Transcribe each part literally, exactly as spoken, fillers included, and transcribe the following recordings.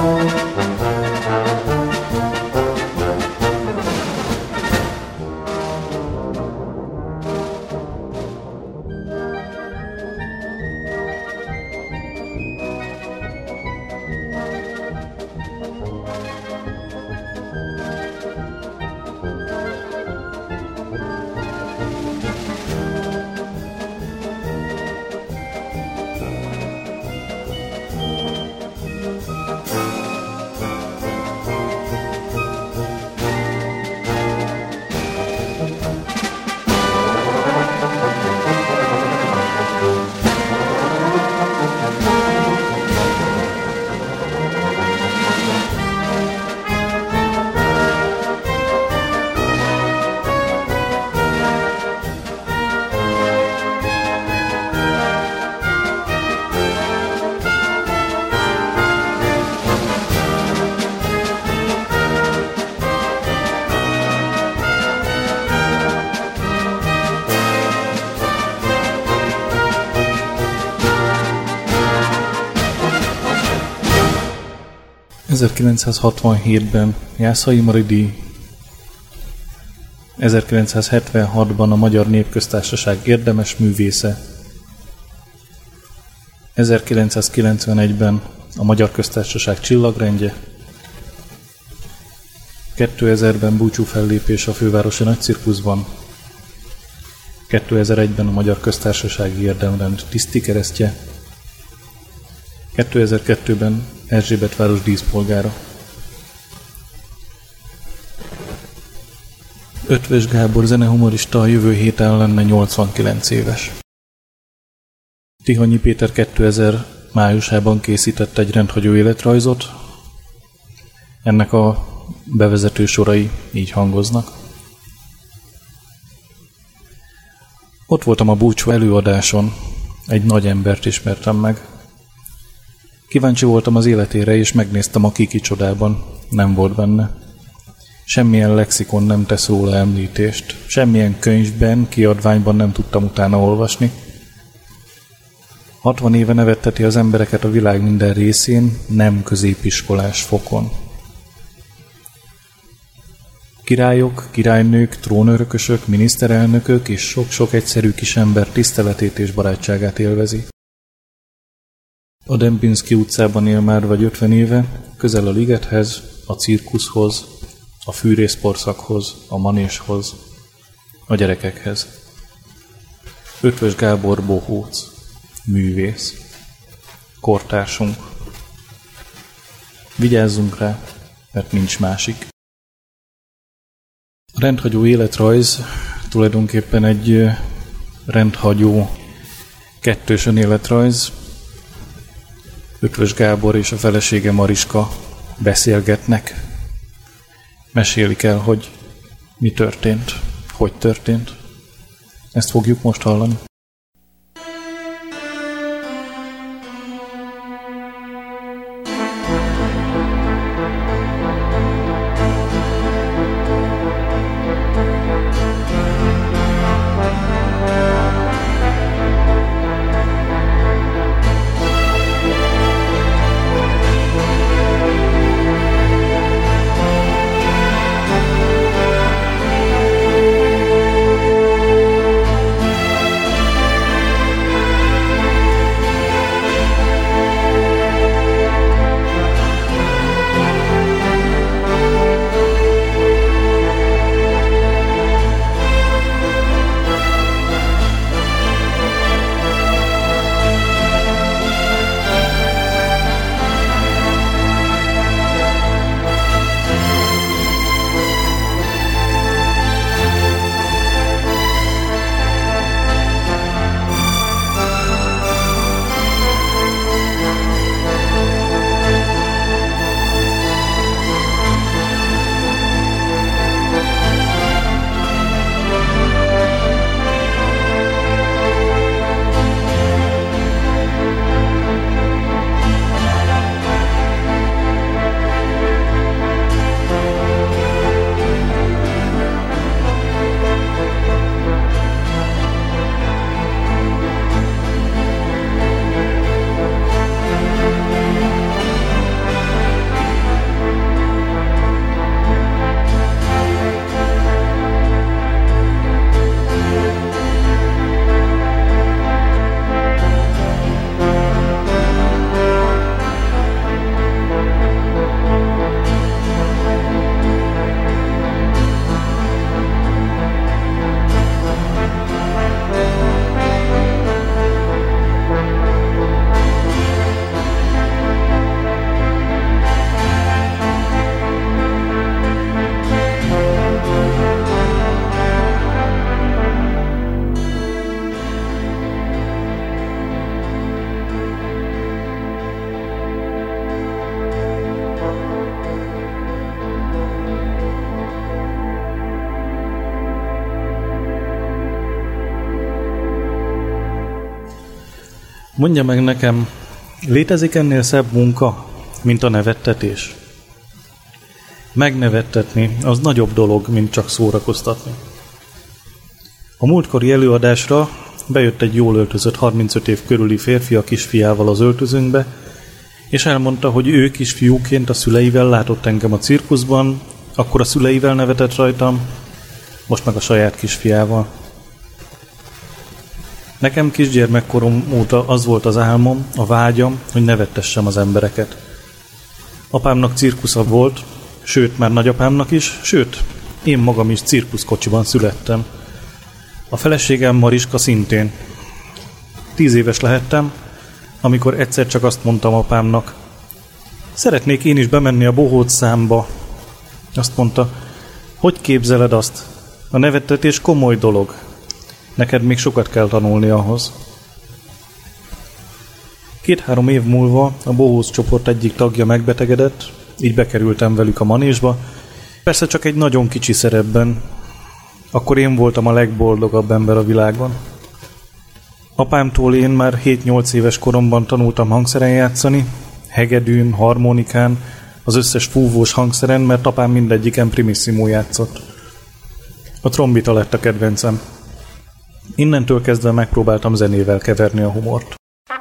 ezerkilencszázhatvanhétben Jászai Mari díj, ezerkilencszázhetvenhatban a Magyar Népköztársaság érdemes művésze, ezerkilencszázkilencvenegyben a Magyar Köztársaság csillagrendje, kétezerben búcsúfellépés a Fővárosi Nagycirkuszban, kétezer-egyben a Magyar Köztársasági Érdemrend tisztikeresztje, kétezer-kettőben Erzsébetváros díszpolgára. Ötvös Gábor zenehumorista a jövő héten lenne nyolcvankilenc éves. Tihanyi Péter kétezer májusában készített egy rendhagyó életrajzot. Ennek a bevezető sorai így hangoznak. Ott voltam a búcsú előadáson, egy nagy embert ismertem meg. Kíváncsi voltam az életére, és megnéztem a Kiki csodában. Nem volt benne. Semmilyen lexikon nem tesz róla említést. Semmilyen könyvben, kiadványban nem tudtam utána olvasni. hatvan éve nevetteti az embereket a világ minden részén, nem középiskolás fokon. Királyok, királynők, trónörökösök, miniszterelnökök és sok-sok egyszerű kis ember tiszteletét és barátságát élvezi. A Dembinski utcában él már vagy ötven éve, közel a ligethez, a cirkuszhoz, a fűrészporszakhoz, a manéshoz, a gyerekekhez. Ötvös Gábor bohóc, művész, kortársunk. Vigyázzunk rá, mert nincs másik. A rendhagyó életrajz tulajdonképpen egy rendhagyó kettős önéletrajz. Ötvös Gábor és a felesége Mariska beszélgetnek. Mesélik el, hogy mi történt, hogy történt. Ezt fogjuk most hallani. Mondja meg nekem, létezik ennél szebb munka, mint a nevettetés? Megnevettetni az nagyobb dolog, mint csak szórakoztatni. A múltkori előadásra bejött egy jól öltözött harmincöt év körüli férfi a kisfiával az öltözőnkbe, és elmondta, hogy ő kisfiúként a szüleivel látott engem a cirkuszban, akkor a szüleivel nevetett rajtam, most meg a saját kisfiával. Nekem kisgyermekkorom óta az volt az álmom, a vágyam, hogy nevettessem az embereket. Apámnak cirkusza volt, sőt, már nagyapámnak is, sőt, én magam is cirkuszkocsiban születtem. A feleségem Mariska szintén. Tíz éves lehettem, amikor egyszer csak azt mondtam apámnak, szeretnék én is bemenni a bohóc számba. Azt mondta, hogy képzeled azt? A nevettetés komoly dolog. Neked még sokat kell tanulni ahhoz. Két-három év múlva a bohóc csoport egyik tagja megbetegedett, így bekerültem velük a manésba, persze csak egy nagyon kicsi szerepben. Akkor én voltam a legboldogabb ember a világon. Apámtól én már hét-nyolc éves koromban tanultam hangszeren játszani, hegedűn, harmonikán, az összes fúvós hangszeren, mert apám mindegyiken primissimo játszott. A trombita lett a kedvencem. Innentől kezdve megpróbáltam zenével keverni a humort.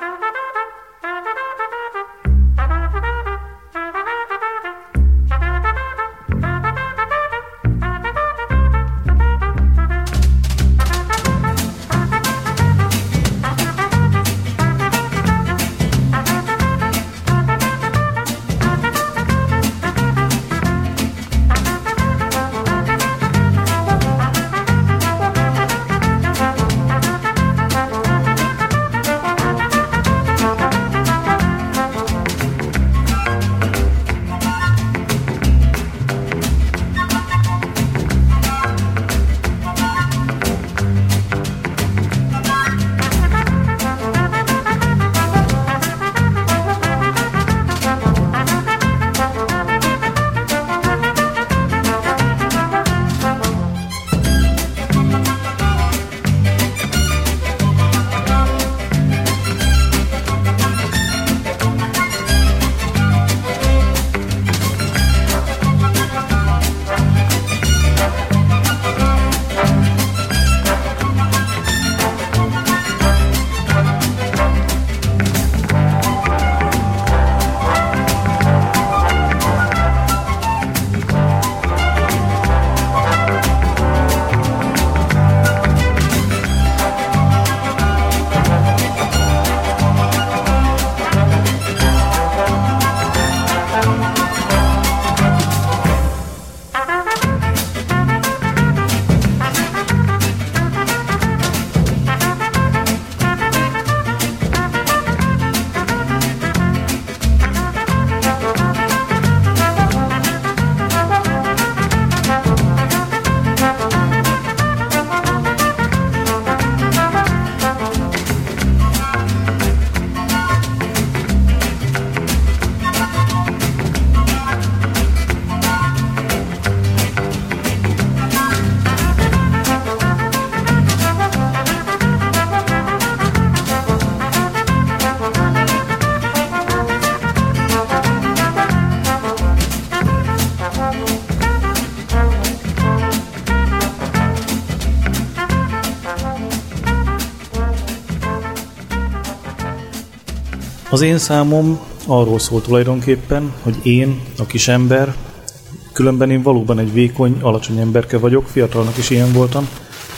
Az én számom arról szól tulajdonképpen, hogy én, a kis ember, különben én valóban egy vékony, alacsony emberke vagyok, fiatalnak is ilyen voltam,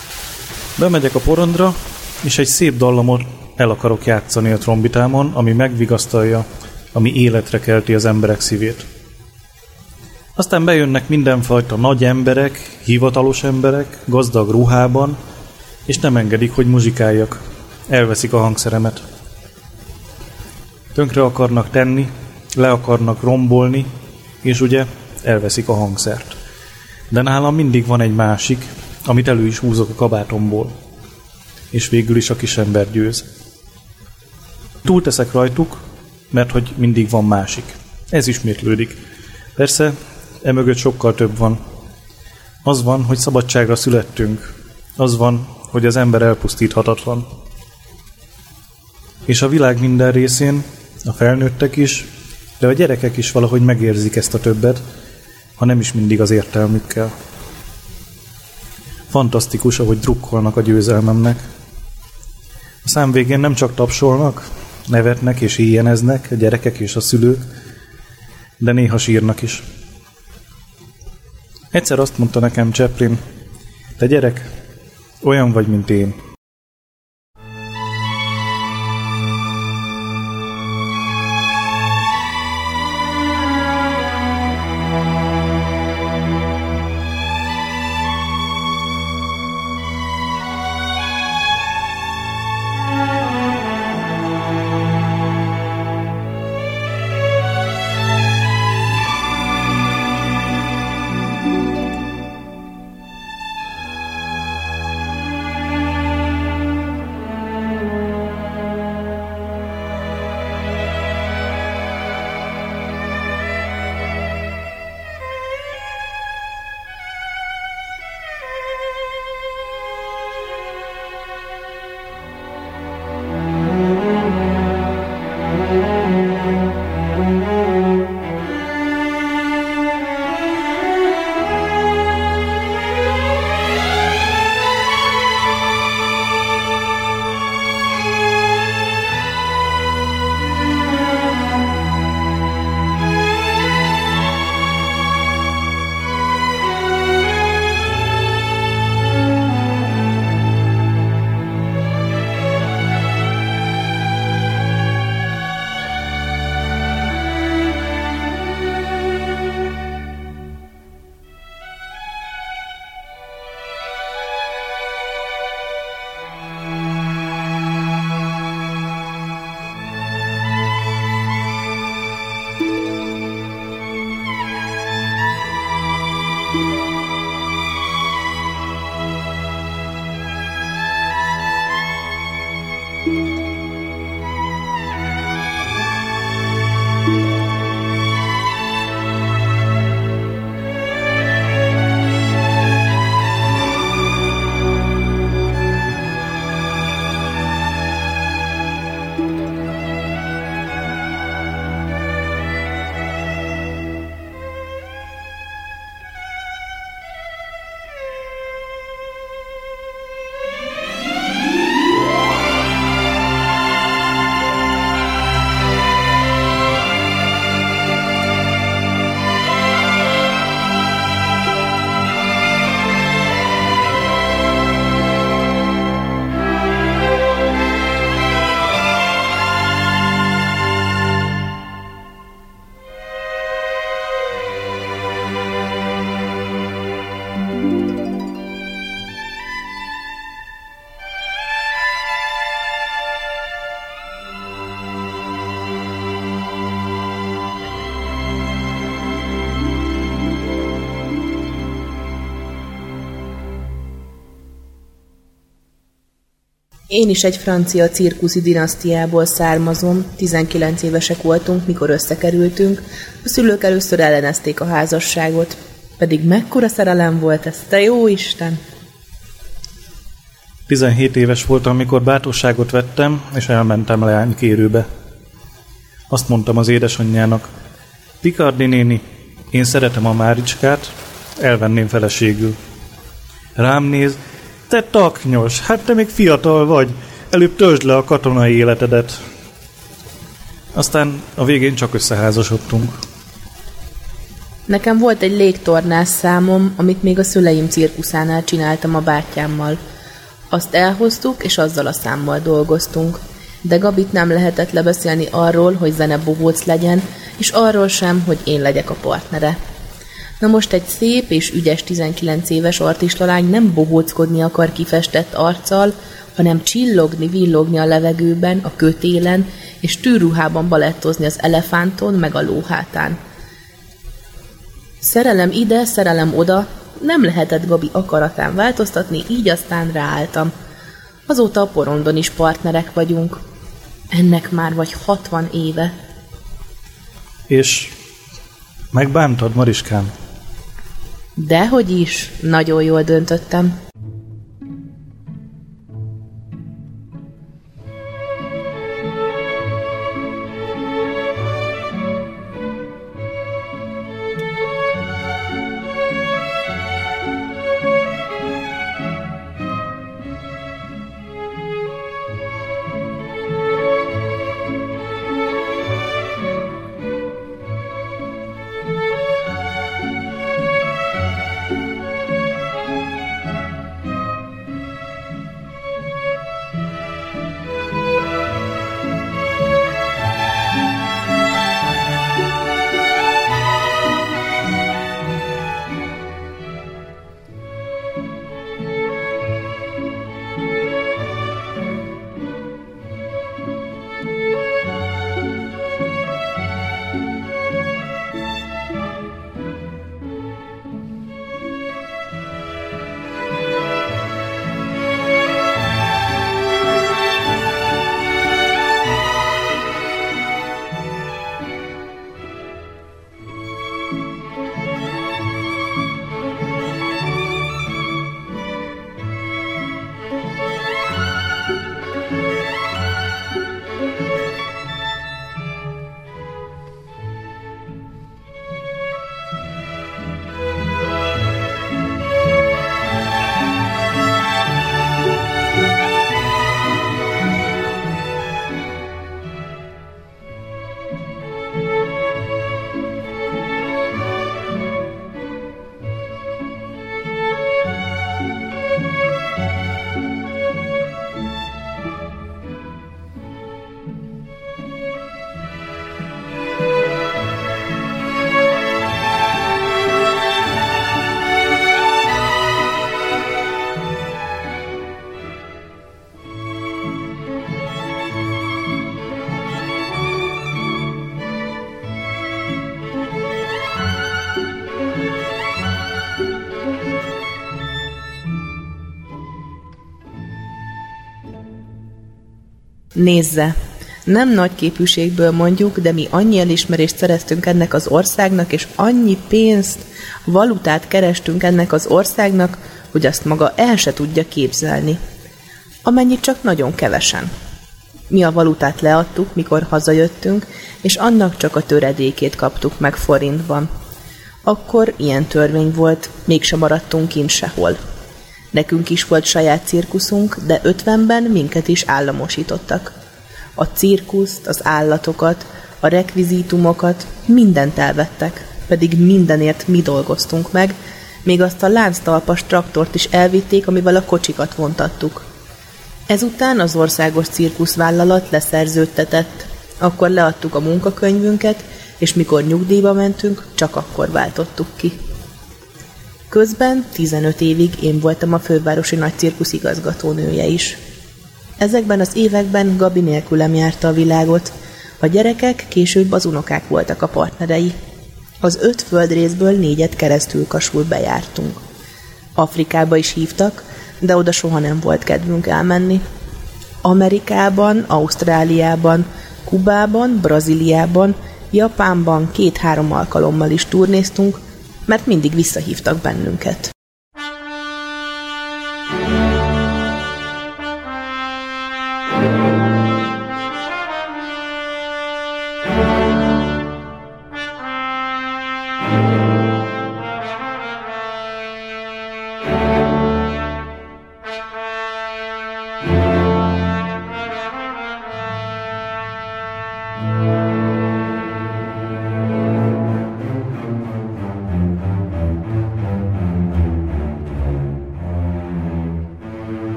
bemegyek a porondra, és egy szép dallamot el akarok játszani a trombitámon, ami megvigasztalja, ami életre kelti az emberek szívét. Aztán bejönnek mindenfajta nagy emberek, hivatalos emberek, gazdag ruhában, és nem engedik, hogy muzsikáljak. Elveszik a hangszeremet. Tönkre akarnak tenni, le akarnak rombolni, és ugye elveszik a hangszert. De nálam mindig van egy másik, amit elő is húzok a kabátomból. És végül is a kisember győz. Túlteszek rajtuk, mert hogy mindig van másik. Ez ismétlődik. Persze, emögött sokkal több van. Az van, hogy szabadságra születtünk. Az van, hogy az ember elpusztíthatatlan. És a világ minden részén, a felnőttek is, de a gyerekek is valahogy megérzik ezt a többet, ha nem is mindig az értelmükkel. Fantasztikus, ahogy drukkolnak a győzelmemnek. A szám végén nem csak tapsolnak, nevetnek és éjjeneznek a gyerekek és a szülők, de néha sírnak is. Egyszer azt mondta nekem Chaplin, te gyerek, olyan vagy, mint én. Én is egy francia cirkuszi dinasztiából származom, tizenkilenc évesek voltunk, mikor összekerültünk, a szülők először ellenezték a házasságot. Pedig mekkora szerelem volt ez, te jó Isten! tizenhét éves voltam, amikor bátorságot vettem, és elmentem leánykérőbe. Azt mondtam az édesanyjának, Picardi néni, én szeretem a Máricskát, elvenném feleségül. Rám néz, te taknyos, hát te még fiatal vagy, előbb töltsd le a katonai életedet. Aztán a végén csak összeházasodtunk. Nekem volt egy légtornás számom, amit még a szüleim cirkuszánál csináltam a bátyámmal. Azt elhoztuk, és azzal a számmal dolgoztunk. De Gabit nem lehetett lebeszélni arról, hogy zenebohóc legyen, és arról sem, hogy én legyek a partnere. Na most egy szép és ügyes tizenkilenc éves artistalány nem bohóckodni akar kifestett arccal, hanem csillogni, villogni a levegőben, a kötélen, és tűrruhában balettozni az elefánton, meg a lóhátán. Szerelem ide, szerelem oda, nem lehetett Gabi akaratán változtatni, így aztán ráálltam. Azóta a porondon is partnerek vagyunk. Ennek már vagy hatvan éve. És megbántad, Mariskám? Dehogy is, nagyon jól döntöttem. Nézze! Nem nagy képűségből mondjuk, de mi annyi elismerést szereztünk ennek az országnak, és annyi pénzt, valutát kerestünk ennek az országnak, hogy azt maga el se tudja képzelni. Amennyit csak nagyon kevesen. Mi a valutát leadtuk, mikor hazajöttünk, és annak csak a töredékét kaptuk meg forintban. Akkor ilyen törvény volt, mégsem maradtunk kint sehol. Nekünk is volt saját cirkuszunk, de ötvenben minket is államosítottak. A cirkuszt, az állatokat, a rekvizítumokat, mindent elvettek, pedig mindenért mi dolgoztunk meg, még azt a lánctalpas traktort is elvitték, amivel a kocsikat vontattuk. Ezután az országos cirkuszvállalat leszerződtetett, akkor leadtuk a munkakönyvünket, és mikor nyugdíjba mentünk, csak akkor váltottuk ki. Közben tizenöt évig én voltam a fővárosi nagycirkusz igazgatónője is. Ezekben az években Gabi nélkülem járta a világot, a gyerekek később az unokák voltak a partnerei. Az öt földrészből négyet keresztülkasul bejártunk. Afrikába is hívtak, de oda soha nem volt kedvünk elmenni. Amerikában, Ausztráliában, Kubában, Brazíliában, Japánban két-három alkalommal is turnéztunk, mert mindig visszahívtak bennünket.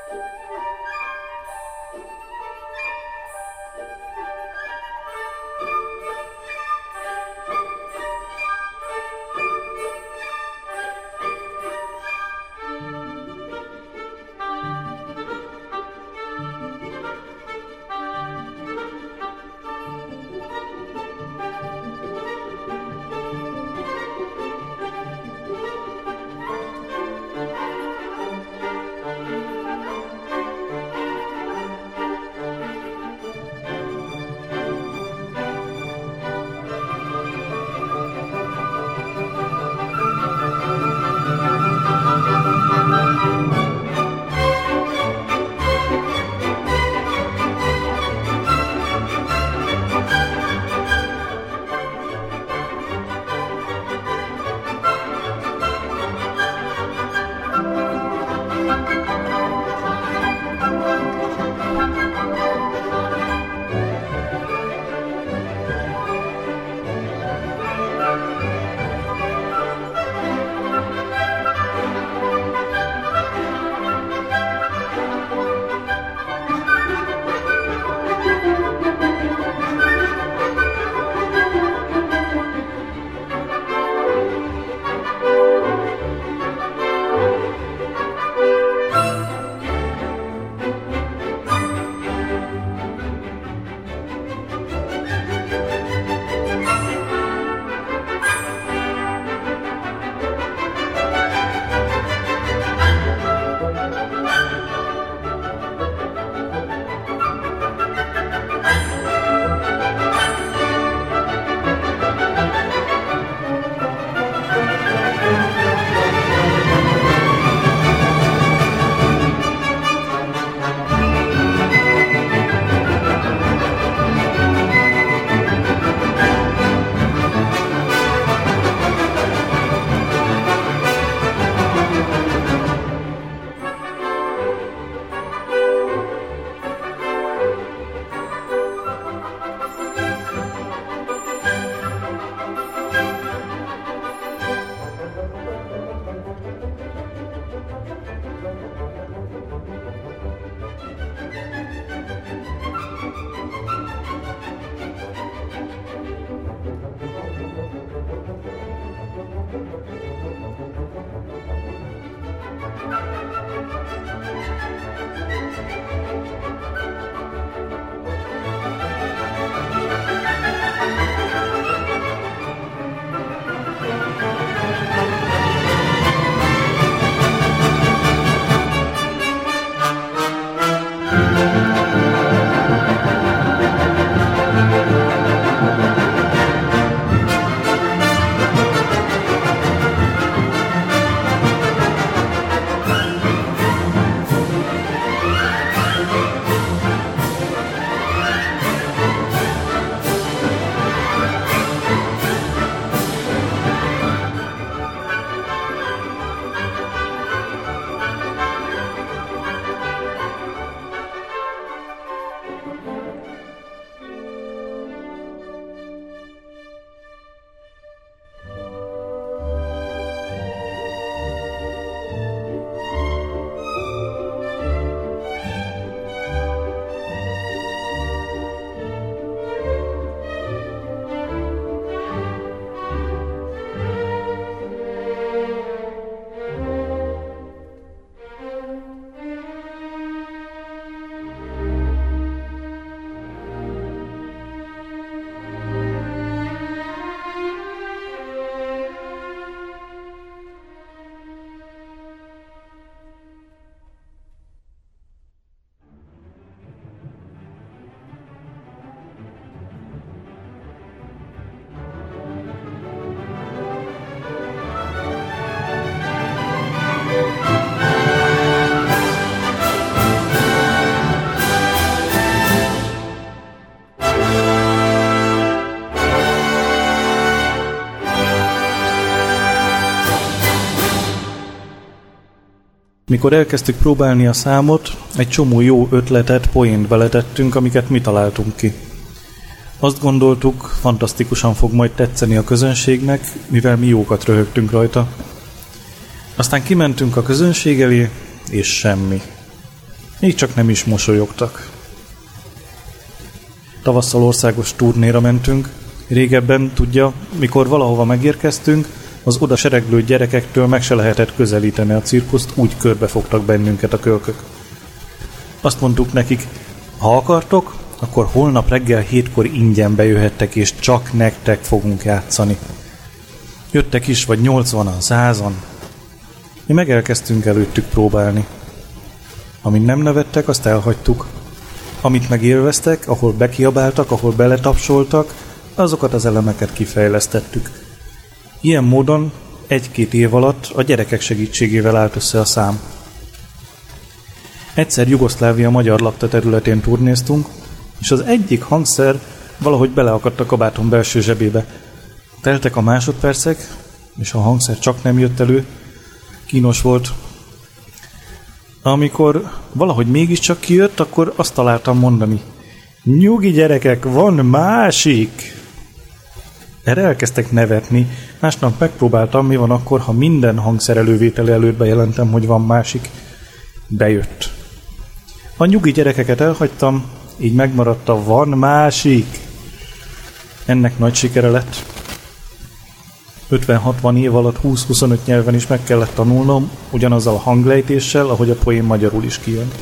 Mikor elkezdtük próbálni a számot, egy csomó jó ötletet, poént beletettünk, amiket mi találtunk ki. Azt gondoltuk, fantasztikusan fog majd tetszeni a közönségnek, mivel mi jókat röhögtünk rajta. Aztán kimentünk a közönség elé, és semmi. Még csak nem is mosolyogtak. Tavasszal országos turnéra mentünk. Régebben, tudja, mikor valahova megérkeztünk, az oda sereglő gyerekektől meg se lehetett közelíteni a cirkuszt, úgy körbefogtak bennünket a kölkök. Azt mondtuk nekik, ha akartok, akkor holnap reggel hétkor ingyen bejöhettek, és csak nektek fogunk játszani. Jöttek is, vagy nyolcvanan, százan. Mi meg elkezdtünk előttük próbálni. Amint nem nevettek, azt elhagytuk. Amit megélveztek, ahol bekiabáltak, ahol beletapsoltak, azokat az elemeket kifejlesztettük. Ilyen módon egy-két év alatt a gyerekek segítségével állt össze a szám. Egyszer Jugoszlávia magyar lakta területén turnéztunk, és az egyik hangszer valahogy beleakadt a kabátom belső zsebébe. Teltek a másodpercek, és a hangszer csak nem jött elő. Kínos volt. Amikor valahogy mégiscsak kijött, akkor azt találtam mondani. Nyugi gyerekek, van másik! Erre elkezdtek nevetni. Másnap megpróbáltam, mi van akkor, ha minden hangszer elővétele előtt bejelentem, hogy van másik. Bejött. A nyugi gyerekeket elhagytam, így megmaradt a van másik. Ennek nagy sikere lett. ötven-hatvan év alatt húsz-huszonöt nyelven is meg kellett tanulnom, ugyanazzal a hanglejtéssel, ahogy a poén magyarul is kijön.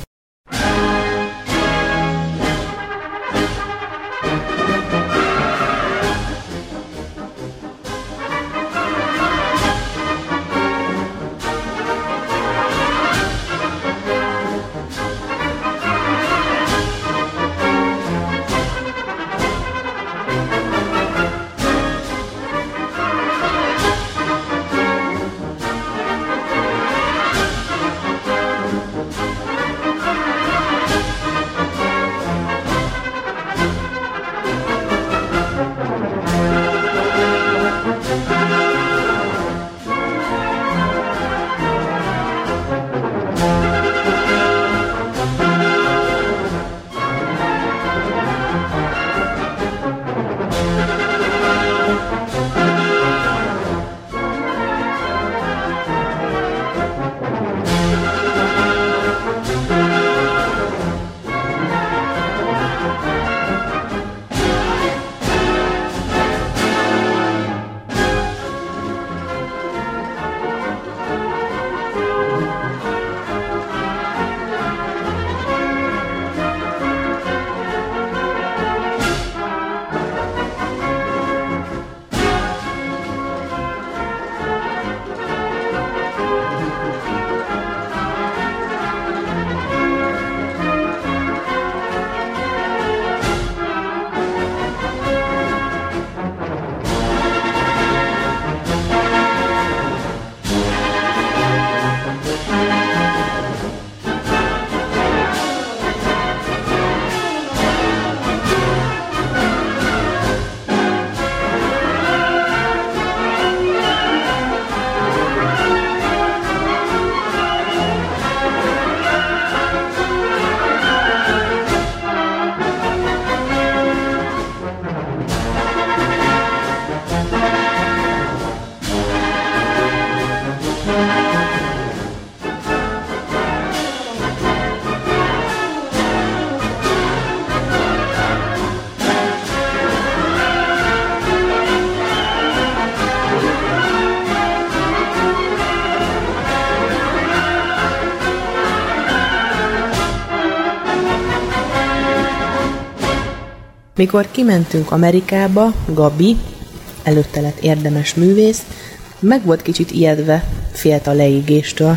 Mikor kimentünk Amerikába, Gabi, előtte lett érdemes művész, meg volt kicsit ijedve, félt a leégéstől.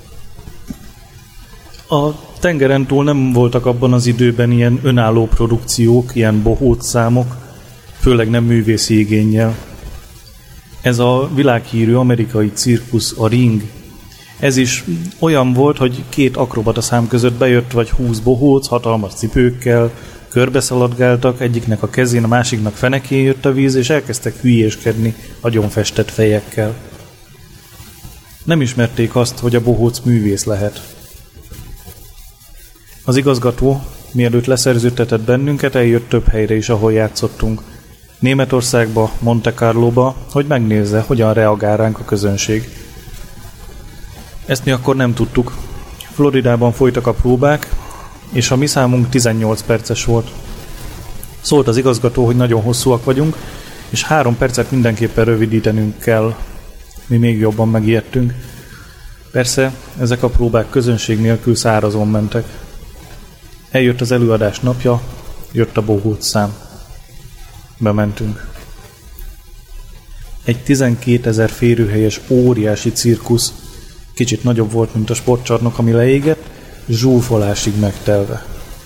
A tengeren túl nem voltak abban az időben ilyen önálló produkciók, ilyen bohóc számok, főleg nem művészi igénnyel. Ez a világhírű amerikai cirkusz, a Ring, ez is olyan volt, hogy két akrobata szám között bejött vagy húsz bohóc, hatalmas cipőkkel, körbeszaladgáltak, egyiknek a kezén, a másiknak fenekén jött a víz, és elkezdtek hülyéskedni agyonfestett fejekkel. Nem ismerték azt, hogy a bohóc művész lehet. Az igazgató, mielőtt leszerződtetett bennünket, eljött több helyre is, ahol játszottunk. Németországba, Monte Carloba, hogy megnézze, hogyan reagál ránk a közönség. Ezt mi akkor nem tudtuk. Floridában folytak a próbák, és a mi számunk tizennyolc perces volt. Szólt az igazgató, hogy nagyon hosszúak vagyunk, és három percet mindenképpen rövidítenünk kell. Mi még jobban megijedtünk. Persze, ezek a próbák közönség nélkül szárazon mentek. Eljött az előadás napja, jött a bohóc szám. Bementünk. Egy tizenkétezer férőhelyes óriási cirkusz, kicsit nagyobb volt, mint a sportcsarnok, ami leégett, zsúfolásig megtelve.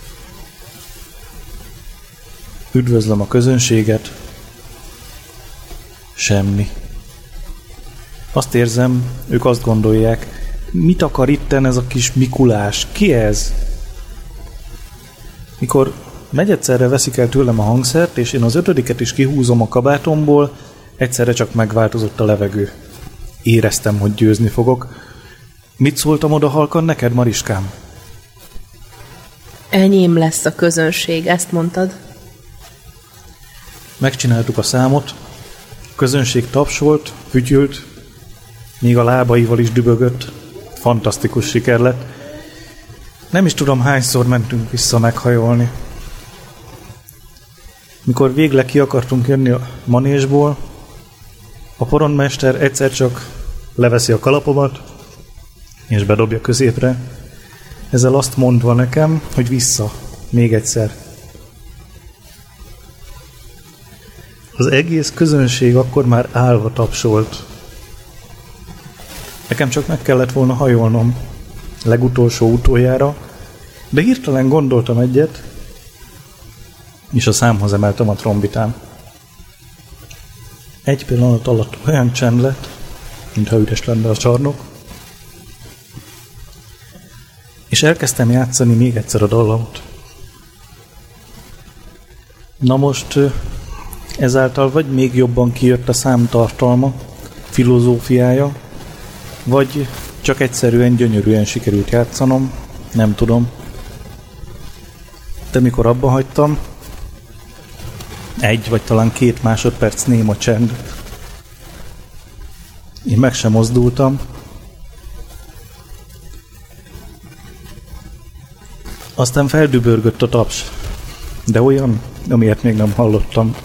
Üdvözlöm a közönséget. Semmi. Azt érzem, ők azt gondolják, mit akar itten ez a kis Mikulás? Ki ez? Mikor negyedszerre veszik el tőlem a hangszert, és én az ötödiket is kihúzom a kabátomból, egyszerre csak megváltozott a levegő. Éreztem, hogy győzni fogok. Mit szóltam oda halkan neked, Mariskám? Enyém lesz a közönség, ezt mondtad. Megcsináltuk a számot, a közönség tapsolt, fütyült, még a lábaival is dübögött. Fantasztikus siker lett. Nem is tudom, hányszor mentünk vissza meghajolni. Mikor végleg ki akartunk jönni a manésból, a poronmester egyszer csak leveszi a kalapomat, és bedobja középre, ezzel azt mondva nekem, hogy vissza, még egyszer. Az egész közönség akkor már állva tapsolt. Nekem csak meg kellett volna hajolnom, legutolsó utoljára, de hirtelen gondoltam egyet, és a számhoz emeltem a trombitám. Egy pillanat alatt olyan csend lett, mintha üres lenne a csarnok, és elkezdtem játszani még egyszer a dallamot. Na most ezáltal vagy még jobban kijött a szám tartalma, filozófiája, vagy csak egyszerűen gyönyörűen sikerült játszanom, nem tudom. De mikor abba hagytam, egy vagy talán két másodperc néma csend. Én meg sem mozdultam. Aztán feldübörgött a taps, de olyan, amilyet még nem hallottam.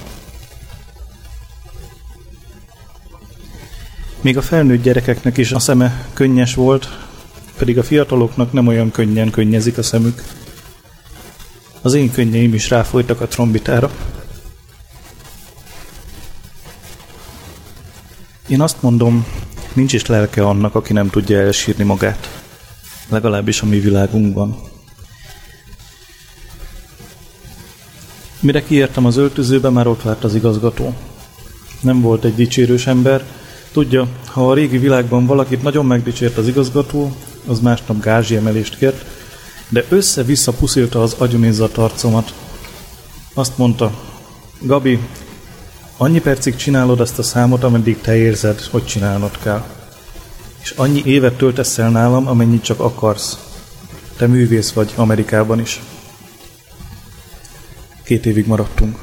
Még a felnőtt gyerekeknek is a szeme könnyes volt, pedig a fiataloknak nem olyan könnyen könnyezik a szemük. Az én könnyeim is ráfolytak a trombitára. Én azt mondom, nincs is lelke annak, aki nem tudja elsírni magát. Legalábbis a mi világunkban. Mire kiértem az öltözőbe, már ott várt az igazgató. Nem volt egy dicsérős ember. Tudja, ha a régi világban valakit nagyon megdicsért az igazgató, az másnap gázsi emelést kért, de össze-vissza puszilta az agyonizzadt arcomat. Azt mondta, Gabi, annyi percig csinálod ezt a számot, ameddig te érzed, hogy csinálnod kell. És annyi évet töltesz el nálam, amennyit csak akarsz. Te művész vagy Amerikában is. Két évig maradtunk.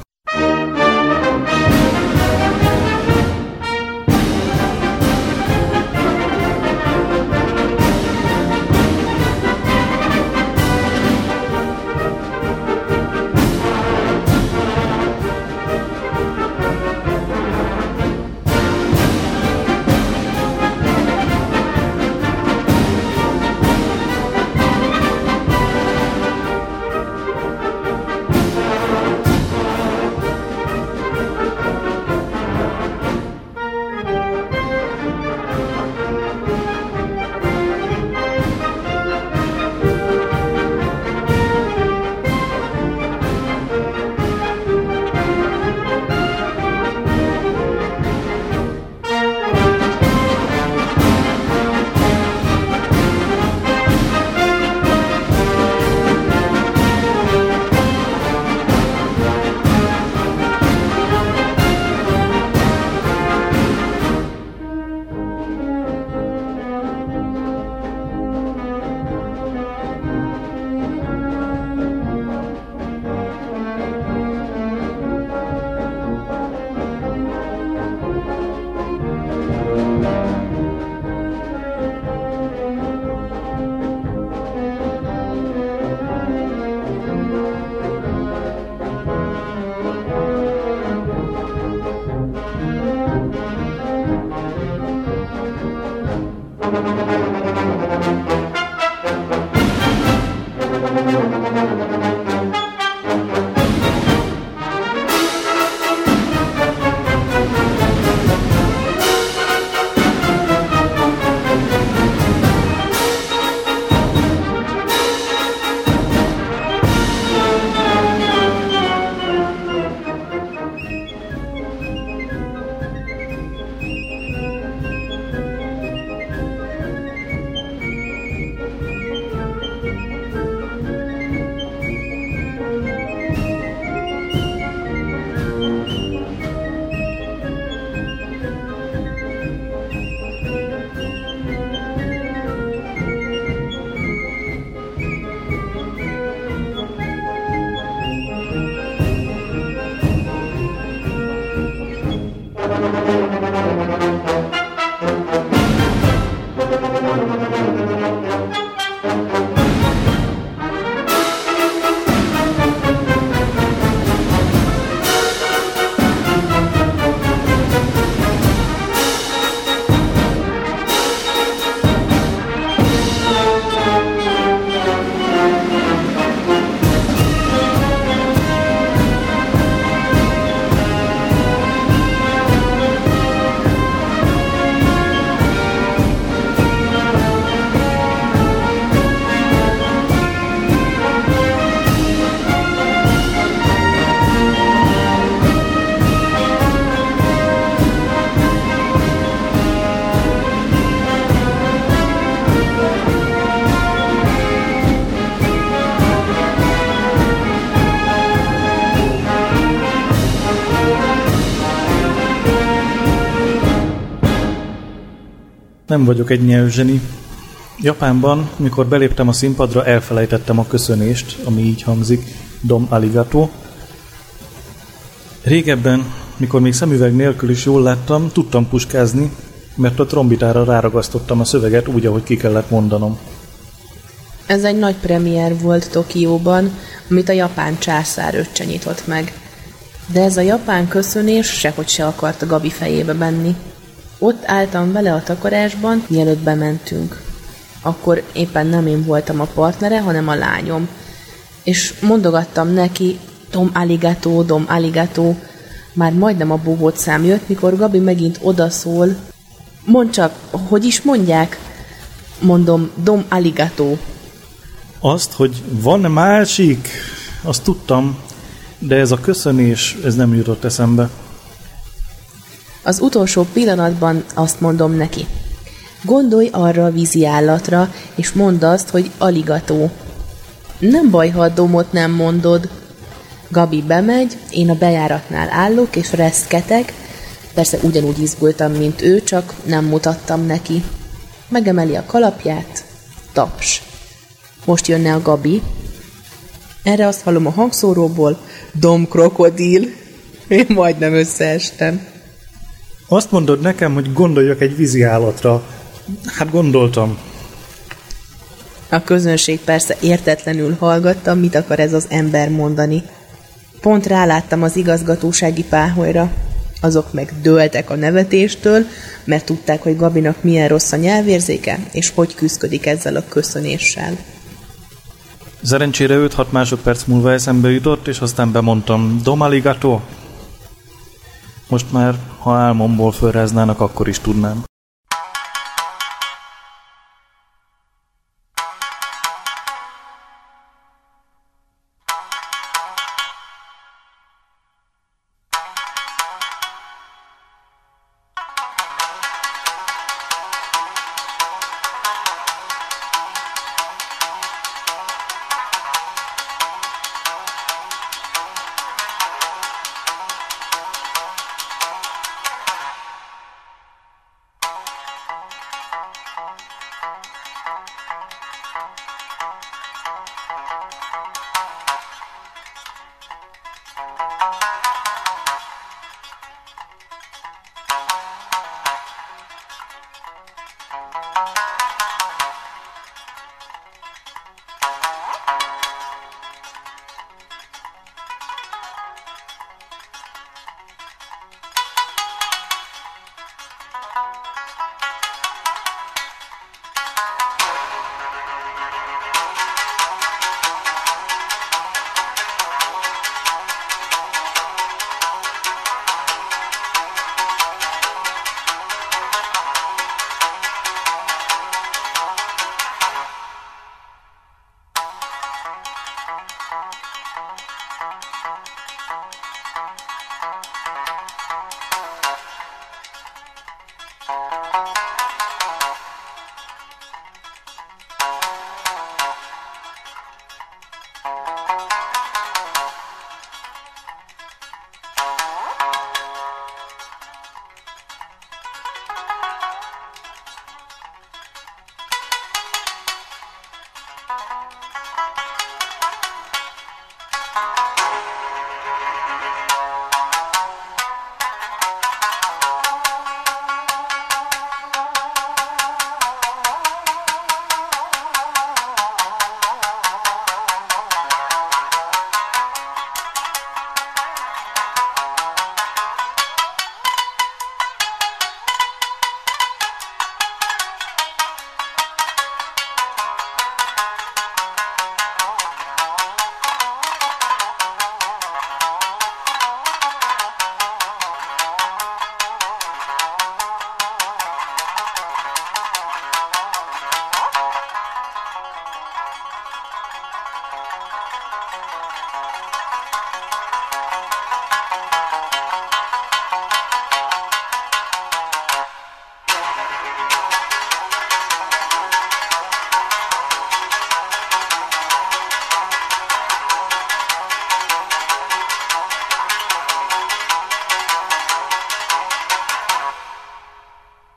Nem vagyok egy nyelvzseni. Japánban, mikor beléptem a színpadra, elfelejtettem a köszönést, ami így hangzik, dom arigato. Régebben, mikor még szemüveg nélkül is jól láttam, tudtam puskázni, mert a trombitára ráragasztottam a szöveget úgy, ahogy ki kellett mondanom. Ez egy nagy premier volt Tokióban, amit a japán császár öccse nyitott meg. De ez a japán köszönés sehogy se akart a Gabi fejébe benni. Ott álltam vele a takarásban, mielőtt bementünk. Akkor éppen nem én voltam a partnere, hanem a lányom. És mondogattam neki, dom arigato, dom arigato. Már majdnem a bohócám jött, mikor Gabi megint odaszól. Mondd csak, hogy is mondják? Mondom, dom arigato. Azt, hogy van másik, azt tudtam, de ez a köszönés, ez nem jutott eszembe. Az utolsó pillanatban azt mondom neki. Gondolj arra a vízi állatra, és mondd azt, hogy aligató. Nem baj, ha a domot nem mondod. Gabi bemegy, én a bejáratnál állok, és reszketek. Persze ugyanúgy izgultam, mint ő, csak nem mutattam neki. Megemeli a kalapját. Taps. Most jönne a Gabi. Erre azt hallom a hangszóróból. Dom krokodil. Én majdnem összeestem. Azt mondod nekem, hogy gondoljak egy vízi állatra. Hát gondoltam. A közönség persze értetlenül hallgatta, mit akar ez az ember mondani. Pont ráláttam az igazgatósági páholyra. Azok meg dőltek a nevetéstől, mert tudták, hogy Gabinak milyen rossz a nyelvérzéke, és hogy küszködik ezzel a köszönéssel. Szerencsére öt-hat másodperc múlva eszembe jutott, és aztán bemondtam, dom arigato. Most már, ha álmomból fölráznának, akkor is tudnám.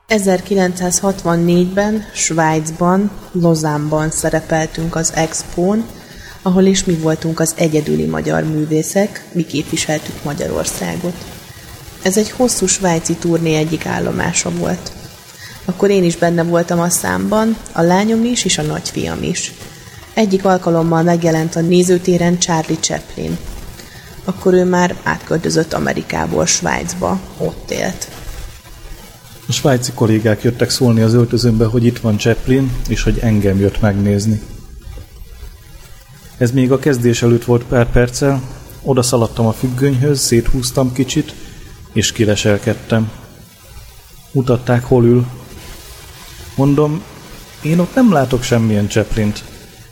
ezerkilencszázhatvannégyben Svájcban, Lausanne-ban szerepeltünk az Expón, ahol is mi voltunk az egyedüli magyar művészek, mi képviseltük Magyarországot. Ez egy hosszú svájci turné egyik állomása volt. Akkor én is benne voltam a számban, a lányom is, és a nagyfiam is. Egyik alkalommal megjelent a nézőtéren Charlie Chaplin. Akkor ő már átköltözött Amerikából Svájcba, ott élt. A svájci kollégák jöttek szólni az öltözőmbe, hogy itt van Chaplin, és hogy engem jött megnézni. Ez még a kezdés előtt volt pár perccel, oda szaladtam a függönyhöz, széthúztam kicsit, és kileselkedtem. Mutatták, hol ül. Mondom, én ott nem látok semmilyen Chaplint.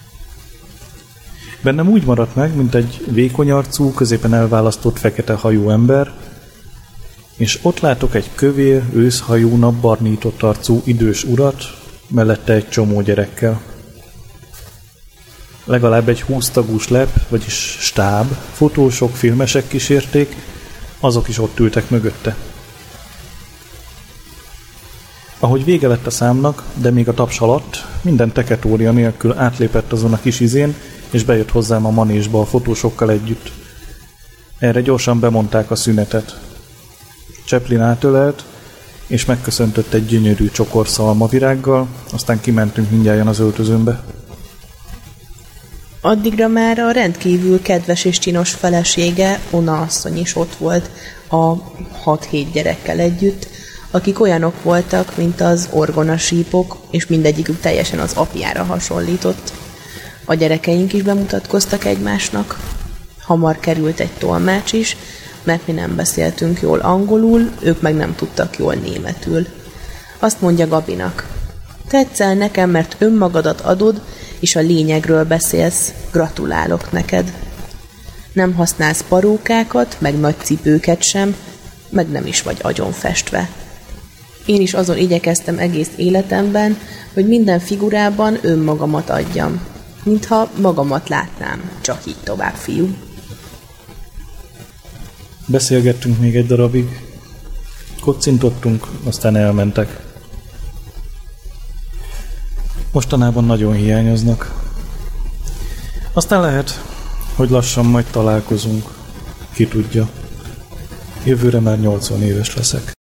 Bennem úgy maradt meg, mint egy vékony arcú, középen elválasztott fekete hajú ember, és ott látok egy kövér, őszhajú, napbarnított arcú idős urat, mellette egy csomó gyerekkel. Legalább egy húsztagús lep, vagyis stáb, fotósok, filmesek kísérték, azok is ott ültek mögötte. Ahogy vége lett a számnak, de még a taps alatt, minden teketória nélkül átlépett azon a kis izén, és bejött hozzám a manésba a fotósokkal együtt. Erre gyorsan bemondták a szünetet. Chaplin átölelt, és megköszöntött egy gyönyörű csokor szalmavirággal, aztán kimentünk mindjárt az öltözőmbe. Addigra már a rendkívül kedves és csinos felesége, Ona asszony is ott volt a hat-hét gyerekkel együtt, akik olyanok voltak, mint az orgonasípok, és mindegyikük teljesen az apjára hasonlított. A gyerekeink is bemutatkoztak egymásnak. Hamar került egy tolmács is, mert mi nem beszéltünk jól angolul, ők meg nem tudtak jól németül. Azt mondja Gabinak: tetszel nekem, mert önmagadat adod, és a lényegről beszélsz, gratulálok neked. Nem használsz parókákat, meg nagy cipőket sem, meg nem is vagy agyonfestve. Én is azon igyekeztem egész életemben, hogy minden figurában önmagamat adjam, mintha magamat látnám, csak így tovább, fiú. Beszélgettünk még egy darabig, kocintottunk, aztán elmentek. Mostanában nagyon hiányoznak. Aztán lehet, hogy lassan majd találkozunk. Ki tudja. Jövőre már nyolcvan éves leszek.